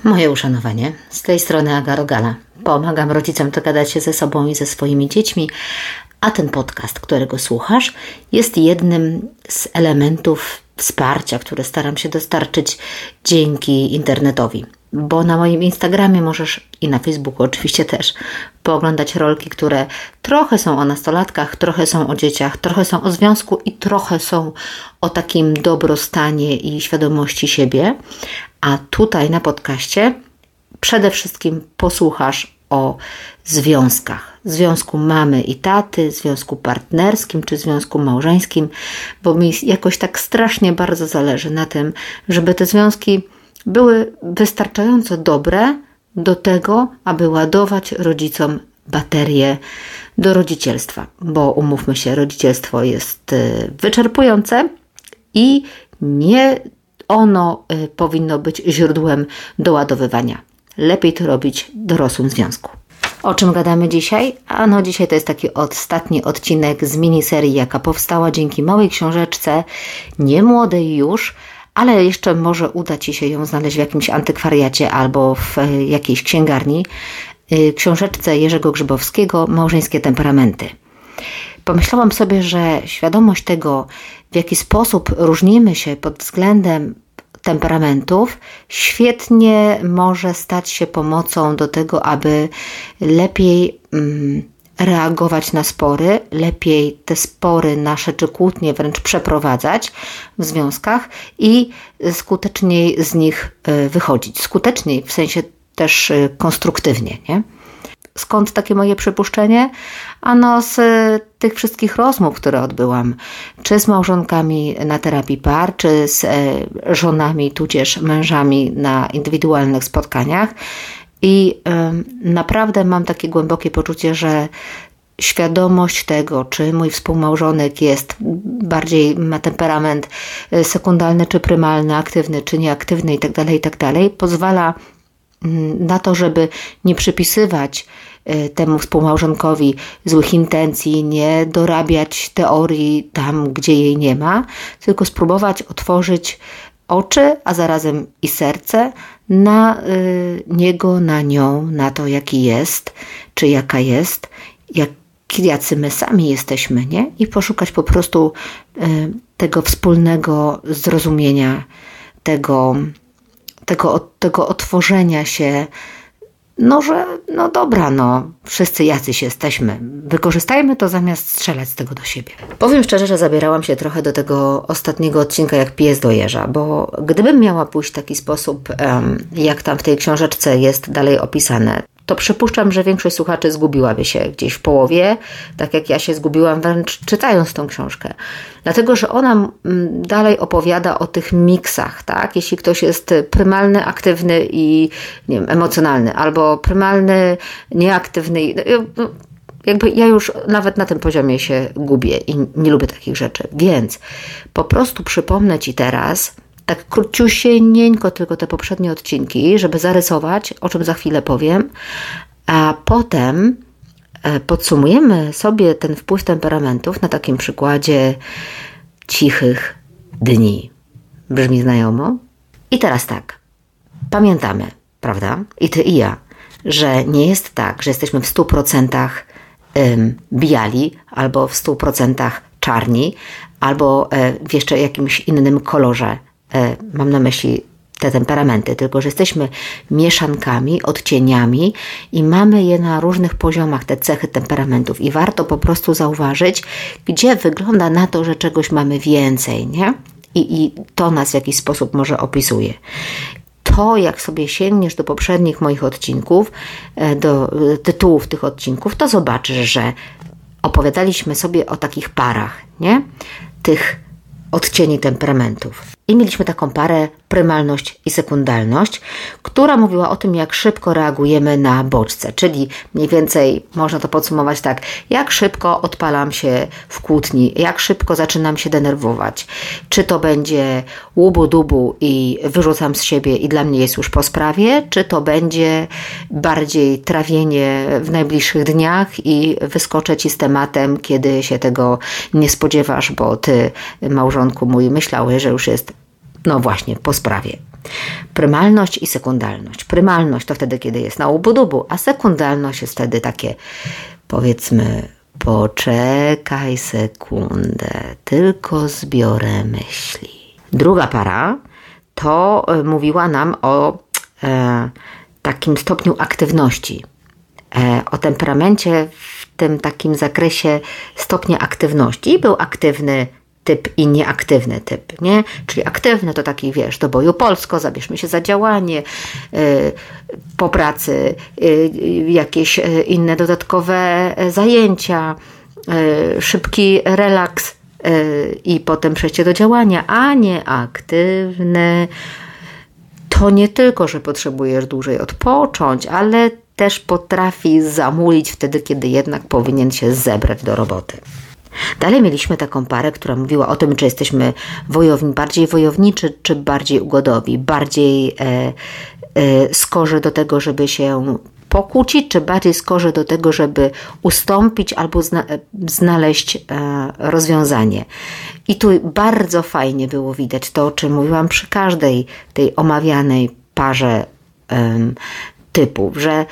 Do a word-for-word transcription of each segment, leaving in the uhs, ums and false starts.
Moje uszanowanie. Z tej strony Aga Rogala. Pomagam rodzicom dogadać się ze sobą i ze swoimi dziećmi, a ten podcast, którego słuchasz, jest jednym z elementów wsparcia, które staram się dostarczyć dzięki internetowi. Bo na moim Instagramie możesz i na Facebooku oczywiście też pooglądać rolki, które trochę są o nastolatkach, trochę są o dzieciach, trochę są o związku i trochę są o takim dobrostanie i świadomości siebie. A tutaj na podcaście przede wszystkim posłuchasz o związkach. Związku mamy i taty, związku partnerskim czy związku małżeńskim, bo mi jakoś tak strasznie bardzo zależy na tym, żeby te związki były wystarczająco dobre do tego, aby ładować rodzicom baterię do rodzicielstwa. Bo umówmy się, rodzicielstwo jest wyczerpujące i nie ono powinno być źródłem doładowywania. Lepiej to robić w dorosłym związku. O czym gadamy dzisiaj? Ano dzisiaj to jest taki ostatni odcinek z miniserii, jaka powstała dzięki małej książeczce, nie młodej już, ale jeszcze może uda Ci się ją znaleźć w jakimś antykwariacie albo w jakiejś księgarni. Książeczce Jerzego Grzybowskiego Małżeńskie temperamenty. Pomyślałam sobie, że świadomość tego, w jaki sposób różnimy się pod względem temperamentów, świetnie może stać się pomocą do tego, aby lepiej mm, reagować na spory, lepiej te spory nasze czy kłótnie wręcz przeprowadzać w związkach i skuteczniej z nich wychodzić. Skuteczniej w sensie też konstruktywnie, nie? Skąd takie moje przypuszczenie? Ano z tych wszystkich rozmów, które odbyłam, czy z małżonkami na terapii par, czy z żonami, tudzież mężami na indywidualnych spotkaniach. I y, naprawdę mam takie głębokie poczucie, że świadomość tego, czy mój współmałżonek jest bardziej, ma temperament sekundalny, czy prymalny, aktywny, czy nieaktywny itd., itd., pozwala na to, żeby nie przypisywać temu współmałżonkowi złych intencji, nie dorabiać teorii tam, gdzie jej nie ma, tylko spróbować otworzyć oczy, a zarazem i serce na y, niego, na nią, na to, jaki jest, czy jaka jest, jak, jacy my sami jesteśmy, nie? I poszukać po prostu y, tego wspólnego zrozumienia, tego, tego, tego otworzenia się, no, że no dobra, no wszyscy jacyś jesteśmy. Wykorzystajmy to zamiast strzelać z tego do siebie. Powiem szczerze, że zabierałam się trochę do tego ostatniego odcinka jak pies do jeża, bo gdybym miała pójść w taki sposób, jak tam w tej książeczce jest dalej opisane, to przypuszczam, że większość słuchaczy zgubiłaby się gdzieś w połowie, tak jak ja się zgubiłam wręcz czytając tą książkę. Dlatego, że ona dalej opowiada o tych miksach, tak? Jeśli ktoś jest prymalny, aktywny i nie wiem, emocjonalny, albo prymalny, nieaktywny. Jakby ja już nawet na tym poziomie się gubię i nie lubię takich rzeczy. Więc po prostu przypomnę Ci teraz, tak króciusieńko tylko te poprzednie odcinki, żeby zarysować, o czym za chwilę powiem, a potem podsumujemy sobie ten wpływ temperamentów na takim przykładzie cichych dni. Brzmi znajomo? I teraz tak, pamiętamy, prawda? I Ty i ja, że nie jest tak, że jesteśmy w stu procentach ym, biali albo w stu procentach czarni, albo y, w jeszcze jakimś innym kolorze. Mam na myśli te temperamenty, tylko że jesteśmy mieszankami, odcieniami i mamy je na różnych poziomach, te cechy temperamentów i warto po prostu zauważyć, gdzie wygląda na to, że czegoś mamy więcej, nie? I, i to nas w jakiś sposób może opisuje. To, jak sobie sięgniesz do poprzednich moich odcinków, do tytułów tych odcinków, to zobaczysz, że opowiadaliśmy sobie o takich parach, nie? Tych odcieni temperamentów. I mieliśmy taką parę prymalność i sekundalność, która mówiła o tym, jak szybko reagujemy na bodźce, czyli mniej więcej można to podsumować tak, jak szybko odpalam się w kłótni, jak szybko zaczynam się denerwować, czy to będzie łubu-dubu i wyrzucam z siebie i dla mnie jest już po sprawie, czy to będzie bardziej trawienie w najbliższych dniach i wyskoczę Ci z tematem, kiedy się tego nie spodziewasz, bo Ty, małżonku mój, myślałeś, że już jest no właśnie, po sprawie. Prymalność i sekundalność. Prymalność to wtedy, kiedy jest na łubu-dubu, a sekundalność jest wtedy takie, powiedzmy, poczekaj sekundę, tylko zbiorę myśli. Druga para to mówiła nam o e, takim stopniu aktywności, e, o temperamencie w tym takim zakresie stopnia aktywności. I był aktywny typ i nieaktywny typ, nie? Czyli aktywny to taki, wiesz, do boju Polsko, zabierzmy się za działanie, yy, po pracy yy, jakieś yy, inne dodatkowe zajęcia, yy, szybki relaks yy, i potem przejście do działania, a nieaktywny to nie tylko, że potrzebujesz dłużej odpocząć, ale też potrafi zamulić wtedy, kiedy jednak powinien się zebrać do roboty. Dalej mieliśmy taką parę, która mówiła o tym, czy jesteśmy wojowni, bardziej wojowniczy, czy bardziej ugodowi, bardziej e, e, skorzy do tego, żeby się pokłócić, czy bardziej skorzy do tego, żeby ustąpić albo zna, znaleźć e, rozwiązanie. I tu bardzo fajnie było widać to, o czym mówiłam przy każdej tej omawianej parze e, typów, że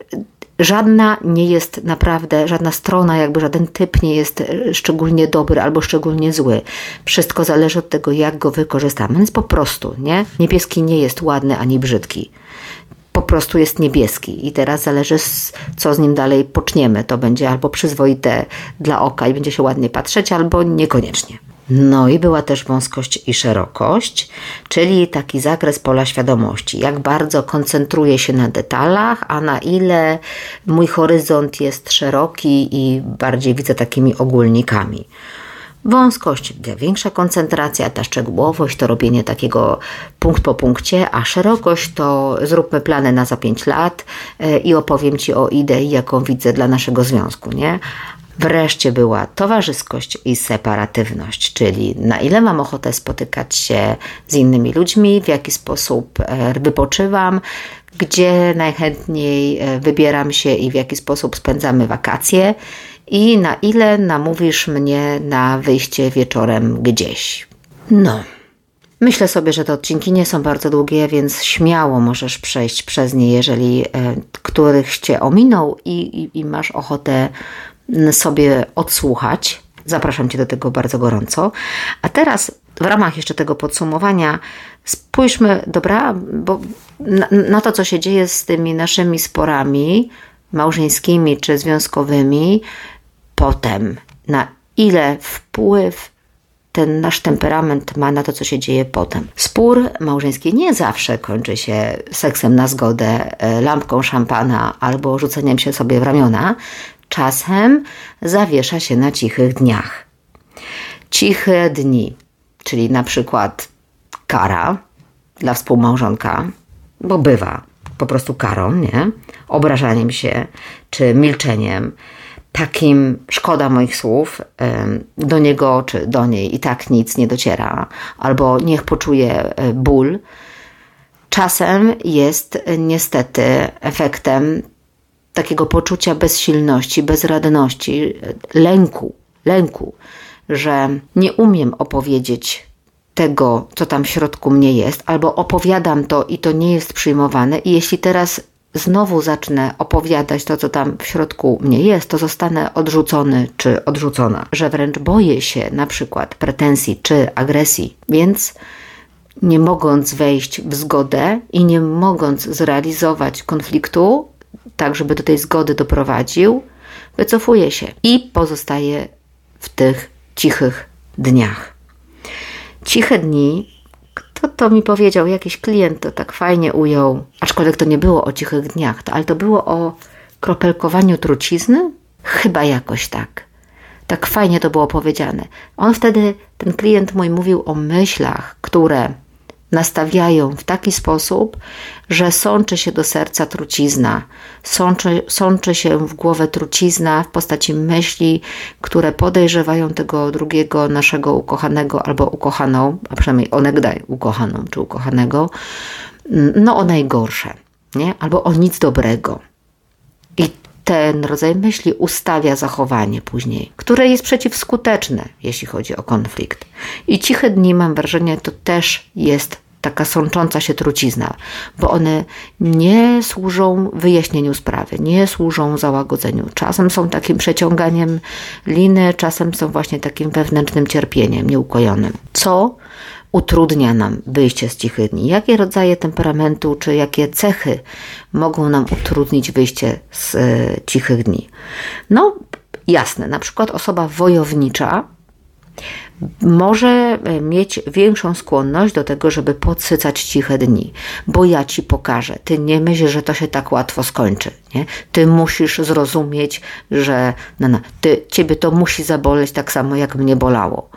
żadna nie jest naprawdę, żadna strona, jakby żaden typ nie jest szczególnie dobry albo szczególnie zły. Wszystko zależy od tego, jak go wykorzystamy. On jest po prostu, nie? Niebieski nie jest ładny ani brzydki. Po prostu jest niebieski i teraz zależy, co z nim dalej poczniemy. To będzie albo przyzwoite dla oka i będzie się ładnie patrzeć, albo niekoniecznie. No i była też wąskość i szerokość, czyli taki zakres pola świadomości. Jak bardzo koncentruję się na detalach, a na ile mój horyzont jest szeroki i bardziej widzę takimi ogólnikami. Wąskość, większa koncentracja, ta szczegółowość to robienie takiego punkt po punkcie, a szerokość to zróbmy plany na za pięć lat i opowiem Ci o idei, jaką widzę dla naszego związku, nie? Wreszcie była towarzyskość i separatywność, czyli na ile mam ochotę spotykać się z innymi ludźmi, w jaki sposób wypoczywam, gdzie najchętniej wybieram się i w jaki sposób spędzamy wakacje i na ile namówisz mnie na wyjście wieczorem gdzieś. No, myślę sobie, że te odcinki nie są bardzo długie, więc śmiało możesz przejść przez nie, jeżeli e, których Cię ominął i, i, i masz ochotę sobie odsłuchać. Zapraszam Cię do tego bardzo gorąco. A teraz w ramach jeszcze tego podsumowania spójrzmy, dobra, bo na, na to, co się dzieje z tymi naszymi sporami małżeńskimi czy związkowymi potem, na ile wpływ ten nasz temperament ma na to, co się dzieje potem. Spór małżeński nie zawsze kończy się seksem na zgodę, lampką szampana albo rzuceniem się sobie w ramiona. Czasem zawiesza się na cichych dniach. Ciche dni, czyli na przykład kara dla współmałżonka, bo bywa po prostu karą, nie? Obrażaniem się czy milczeniem. Takim szkoda moich słów, do niego czy do niej i tak nic nie dociera, albo niech poczuje ból. Czasem jest niestety efektem takiego poczucia bezsilności, bezradności, lęku, lęku, że nie umiem opowiedzieć tego, co tam w środku mnie jest, albo opowiadam to i to nie jest przyjmowane i jeśli teraz znowu zacznę opowiadać to, co tam w środku mnie jest, to zostanę odrzucony czy odrzucona, że wręcz boję się na przykład pretensji czy agresji, więc nie mogąc wejść w zgodę i nie mogąc zrealizować konfliktu, tak żeby do tej zgody doprowadził, wycofuję się i pozostaję w tych cichych dniach. Ciche dni, kto to mi powiedział, jakiś klient to tak fajnie ujął, aczkolwiek to nie było o cichych dniach, to, ale to było o kropelkowaniu trucizny? Chyba jakoś tak. Tak fajnie to było powiedziane. On wtedy, ten klient mój mówił o myślach, które nastawiają w taki sposób, że sączy się do serca trucizna, sączy, sączy się w głowę trucizna w postaci myśli, które podejrzewają tego drugiego naszego ukochanego albo ukochaną, a przynajmniej onegdaj ukochaną czy ukochanego, no o najgorsze, nie? Albo o nic dobrego. I ten rodzaj myśli ustawia zachowanie później, które jest przeciwskuteczne, jeśli chodzi o konflikt. I ciche dni, mam wrażenie, to też jest taka sącząca się trucizna, bo one nie służą wyjaśnieniu sprawy, nie służą załagodzeniu. Czasem są takim przeciąganiem liny, czasem są właśnie takim wewnętrznym cierpieniem nieukojonym. Co utrudnia nam wyjście z cichych dni? Jakie rodzaje temperamentu, czy jakie cechy mogą nam utrudnić wyjście z e, cichych dni? No jasne, na przykład osoba wojownicza może mieć większą skłonność do tego, żeby podsycać ciche dni, bo ja ci pokażę. Ty nie myśl, że to się tak łatwo skończy. Nie? Ty musisz zrozumieć, że no, no, ty, ciebie to musi zaboleć tak samo, jak mnie bolało.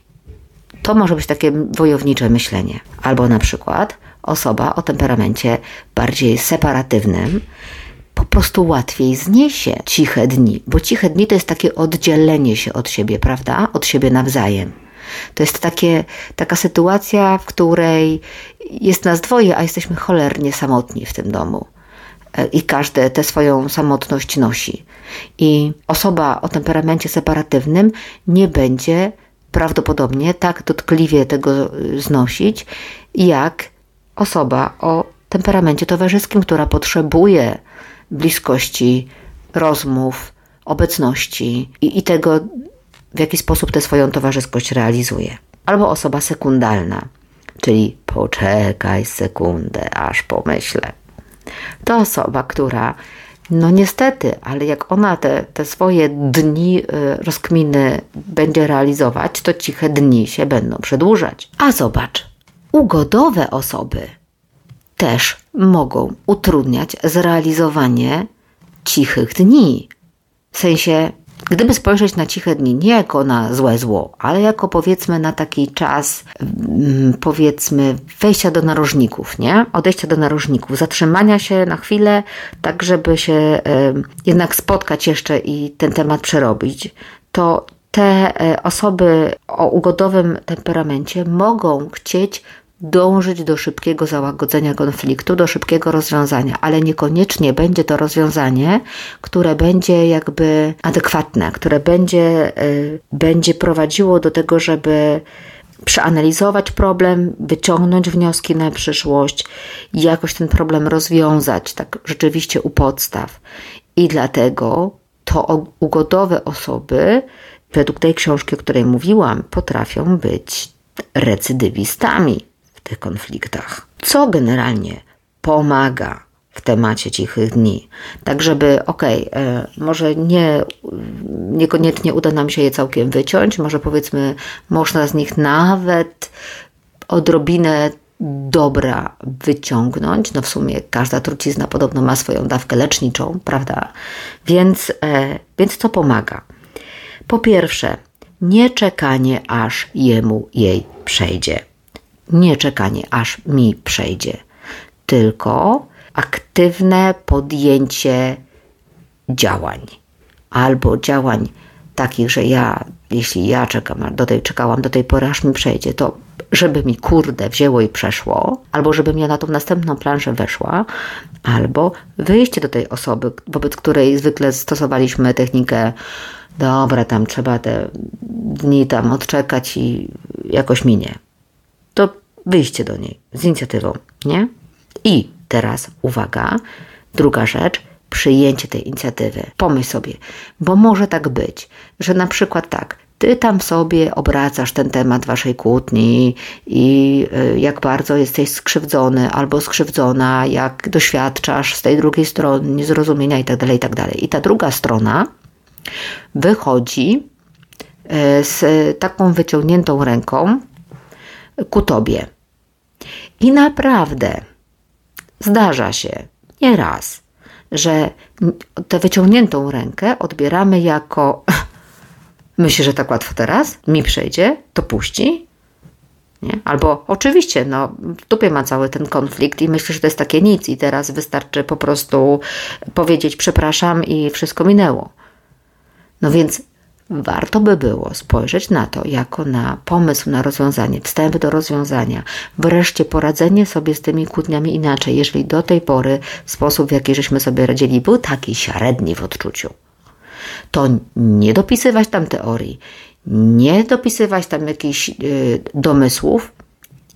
To może być takie wojownicze myślenie. Albo na przykład osoba o temperamencie bardziej separatywnym po prostu łatwiej zniesie ciche dni, bo ciche dni to jest takie oddzielenie się od siebie, prawda? Od siebie nawzajem. To jest takie, taka sytuacja, w której jest nas dwoje, a jesteśmy cholernie samotni w tym domu. I każdy tę swoją samotność nosi. I osoba o temperamencie separatywnym nie będzie prawdopodobnie tak dotkliwie tego znosić, jak osoba o temperamencie towarzyskim, która potrzebuje bliskości, rozmów, obecności i, i tego, w jaki sposób tę swoją towarzyskość realizuje. Albo osoba sekundalna, czyli poczekaj sekundę, aż pomyślę. To osoba, która no niestety, ale jak ona te, te swoje dni y, rozkminy będzie realizować, to ciche dni się będą przedłużać. A zobacz, ugodowe osoby też mogą utrudniać zrealizowanie cichych dni. W sensie, gdyby spojrzeć na ciche dni nie jako na złe zło, ale jako powiedzmy na taki czas powiedzmy wejścia do narożników, nie? Odejścia do narożników, zatrzymania się na chwilę, tak żeby się y, jednak spotkać jeszcze i ten temat przerobić, to te y, osoby o ugodowym temperamencie mogą chcieć dążyć do szybkiego załagodzenia konfliktu, do szybkiego rozwiązania, ale niekoniecznie będzie to rozwiązanie, które będzie jakby adekwatne, które będzie, y, będzie prowadziło do tego, żeby przeanalizować problem, wyciągnąć wnioski na przyszłość i jakoś ten problem rozwiązać, tak rzeczywiście u podstaw. I dlatego to ugodowe osoby, według tej książki, o której mówiłam, potrafią być recydywistami w tych konfliktach. Co generalnie pomaga w temacie cichych dni? Tak, żeby, okej, okay, może nie, niekoniecznie uda nam się je całkiem wyciąć, może powiedzmy, można z nich nawet odrobinę dobra wyciągnąć. No w sumie każda trucizna podobno ma swoją dawkę leczniczą, prawda? Więc, e, więc co pomaga? Po pierwsze, nie czekanie, aż jemu jej przejdzie. Nie czekanie, aż mi przejdzie. Tylko aktywne podjęcie działań. Albo działań takich, że ja, jeśli ja czekam, do tej, czekałam do tej pory, aż mi przejdzie, to żeby mi kurde wzięło i przeszło, albo żebym ja na tą następną planszę weszła, albo wyjście do tej osoby, wobec której zwykle stosowaliśmy technikę, dobra, tam trzeba te dni tam odczekać i jakoś minie. To wyjście do niej z inicjatywą, nie? I teraz uwaga, druga rzecz, przyjęcie tej inicjatywy. Pomyśl sobie, bo może tak być, że na przykład tak, ty tam sobie obracasz ten temat waszej kłótni i jak bardzo jesteś skrzywdzony albo skrzywdzona, jak doświadczasz z tej drugiej strony niezrozumienia i tak dalej, i tak dalej. I ta druga strona wychodzi z taką wyciągniętą ręką ku tobie. I naprawdę zdarza się nieraz, że tę wyciągniętą rękę odbieramy jako myślę, że tak łatwo teraz mi przejdzie, to puści. Nie? Albo oczywiście, no w dupie ma cały ten konflikt i myślę, że to jest takie nic i teraz wystarczy po prostu powiedzieć przepraszam i wszystko minęło. No więc warto by było spojrzeć na to jako na pomysł na rozwiązanie, wstęp do rozwiązania, wreszcie poradzenie sobie z tymi kłótniami inaczej, jeżeli do tej pory sposób, w jaki żeśmy sobie radzili, był taki średni w odczuciu. To nie dopisywać tam teorii, nie dopisywać tam jakichś yy, domysłów,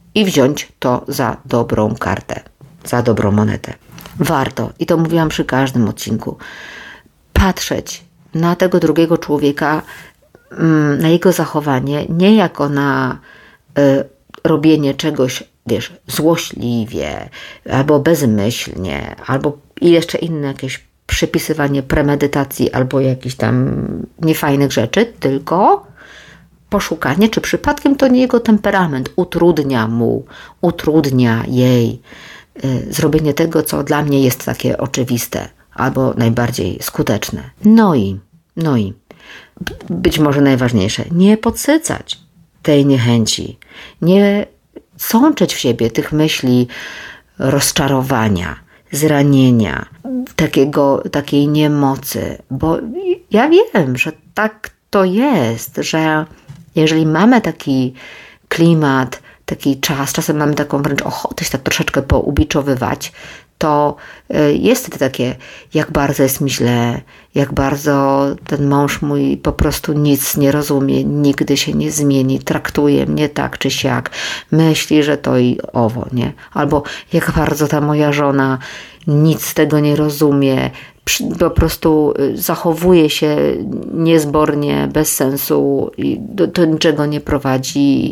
i wziąć to za dobrą kartę, za dobrą monetę. Warto, i to mówiłam przy każdym odcinku, patrzeć na tego drugiego człowieka, na jego zachowanie, nie jako na y, robienie czegoś, wiesz, złośliwie, albo bezmyślnie, albo i jeszcze inne jakieś przypisywanie premedytacji, albo jakichś tam niefajnych rzeczy, tylko poszukanie, czy przypadkiem to nie jego temperament utrudnia mu, utrudnia jej y, zrobienie tego, co dla mnie jest takie oczywiste, albo najbardziej skuteczne. No i, no i być może najważniejsze, nie podsycać tej niechęci, nie sączyć w siebie tych myśli rozczarowania, zranienia, takiego, takiej niemocy, bo ja wiem, że tak to jest, że jeżeli mamy taki klimat, taki czas, czasem mamy taką wręcz ochotę się tak troszeczkę poubiczowywać, to jest to takie, jak bardzo jest mi źle, jak bardzo ten mąż mój po prostu nic nie rozumie, nigdy się nie zmieni, traktuje mnie tak czy siak, myśli, że to i owo, nie? Albo jak bardzo ta moja żona nic z tego nie rozumie, po prostu zachowuje się niezbornie, bez sensu i do, do niczego nie prowadzi.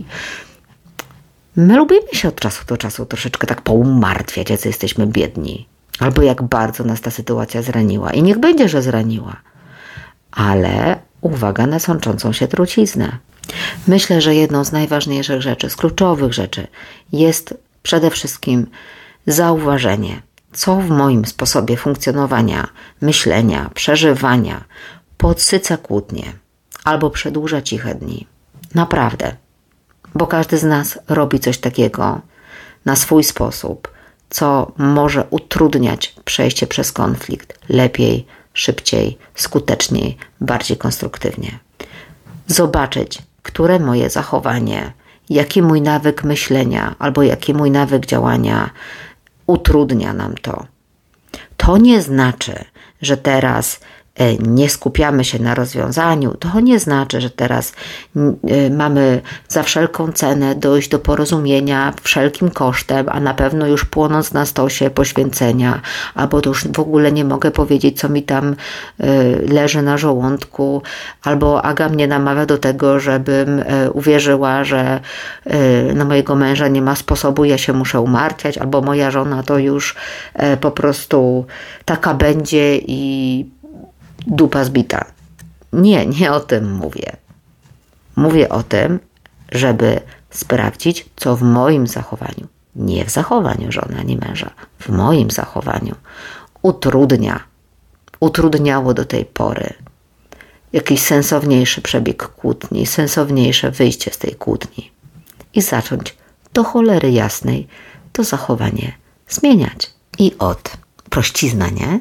My lubimy się od czasu do czasu troszeczkę tak poumartwiać, jacy jesteśmy biedni. Albo jak bardzo nas ta sytuacja zraniła. I niech będzie, że zraniła. Ale uwaga na sączącą się truciznę. Myślę, że jedną z najważniejszych rzeczy, z kluczowych rzeczy jest przede wszystkim zauważenie, co w moim sposobie funkcjonowania, myślenia, przeżywania podsyca kłótnie albo przedłuża ciche dni. Naprawdę. Bo każdy z nas robi coś takiego na swój sposób, co może utrudniać przejście przez konflikt lepiej, szybciej, skuteczniej, bardziej konstruktywnie. Zobaczyć, które moje zachowanie, jaki mój nawyk myślenia albo jaki mój nawyk działania utrudnia nam to. To nie znaczy, że teraz nie skupiamy się na rozwiązaniu, to nie znaczy, że teraz mamy za wszelką cenę dojść do porozumienia wszelkim kosztem, a na pewno już płonąc na stosie poświęcenia, albo to już w ogóle nie mogę powiedzieć, co mi tam leży na żołądku, albo Aga mnie namawia do tego, żebym uwierzyła, że na mojego męża nie ma sposobu, ja się muszę umartwiać, albo moja żona to już po prostu taka będzie i dupa zbita. Nie, nie o tym mówię. Mówię o tym, żeby sprawdzić, co w moim zachowaniu, nie w zachowaniu żony ani męża, w moim zachowaniu utrudnia, utrudniało do tej pory jakiś sensowniejszy przebieg kłótni, sensowniejsze wyjście z tej kłótni i zacząć do cholery jasnej to zachowanie zmieniać. I od prościzna, nie?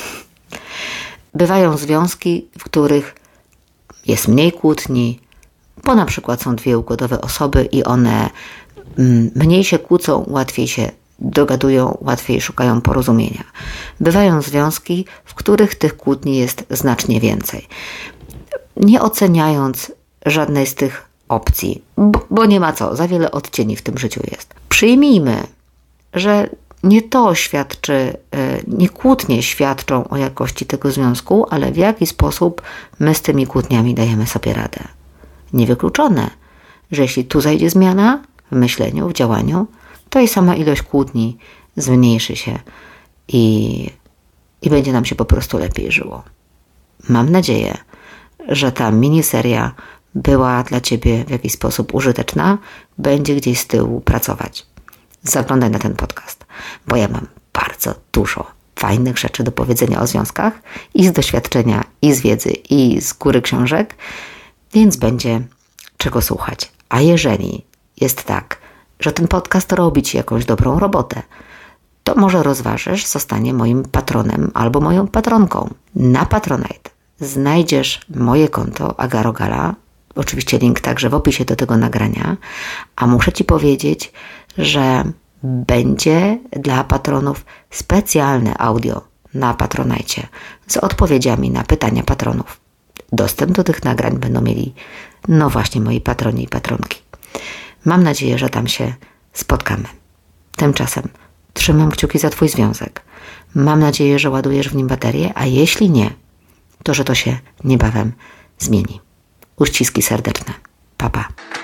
Bywają związki, w których jest mniej kłótni, bo na przykład są dwie ugodowe osoby i one mniej się kłócą, łatwiej się dogadują, łatwiej szukają porozumienia. Bywają związki, w których tych kłótni jest znacznie więcej. Nie oceniając żadnej z tych opcji, bo, bo nie ma co, za wiele odcieni w tym życiu jest. Przyjmijmy, że nie to świadczy, nie kłótnie świadczą o jakości tego związku, ale w jaki sposób my z tymi kłótniami dajemy sobie radę. Niewykluczone, że jeśli tu zajdzie zmiana w myśleniu, w działaniu, to i sama ilość kłótni zmniejszy się i, i będzie nam się po prostu lepiej żyło. Mam nadzieję, że ta miniseria była dla Ciebie w jakiś sposób użyteczna, będzie gdzieś z tyłu pracować. Zaglądaj na ten podcast, bo ja mam bardzo dużo fajnych rzeczy do powiedzenia o związkach i z doświadczenia, i z wiedzy, i z góry książek, więc będzie czego słuchać. A jeżeli jest tak, że ten podcast robi Ci jakąś dobrą robotę, to może rozważysz zostanie moim patronem albo moją patronką. Na Patronite znajdziesz moje konto Aga Rogala, oczywiście link także w opisie do tego nagrania, a muszę Ci powiedzieć, że będzie dla patronów specjalne audio na Patronite z odpowiedziami na pytania patronów. Dostęp do tych nagrań będą mieli, no właśnie, moi patroni i patronki. Mam nadzieję, że tam się spotkamy. Tymczasem trzymam kciuki za Twój związek. Mam nadzieję, że ładujesz w nim baterię, a jeśli nie, to że to się niebawem zmieni. Uściski serdeczne. Pa, pa.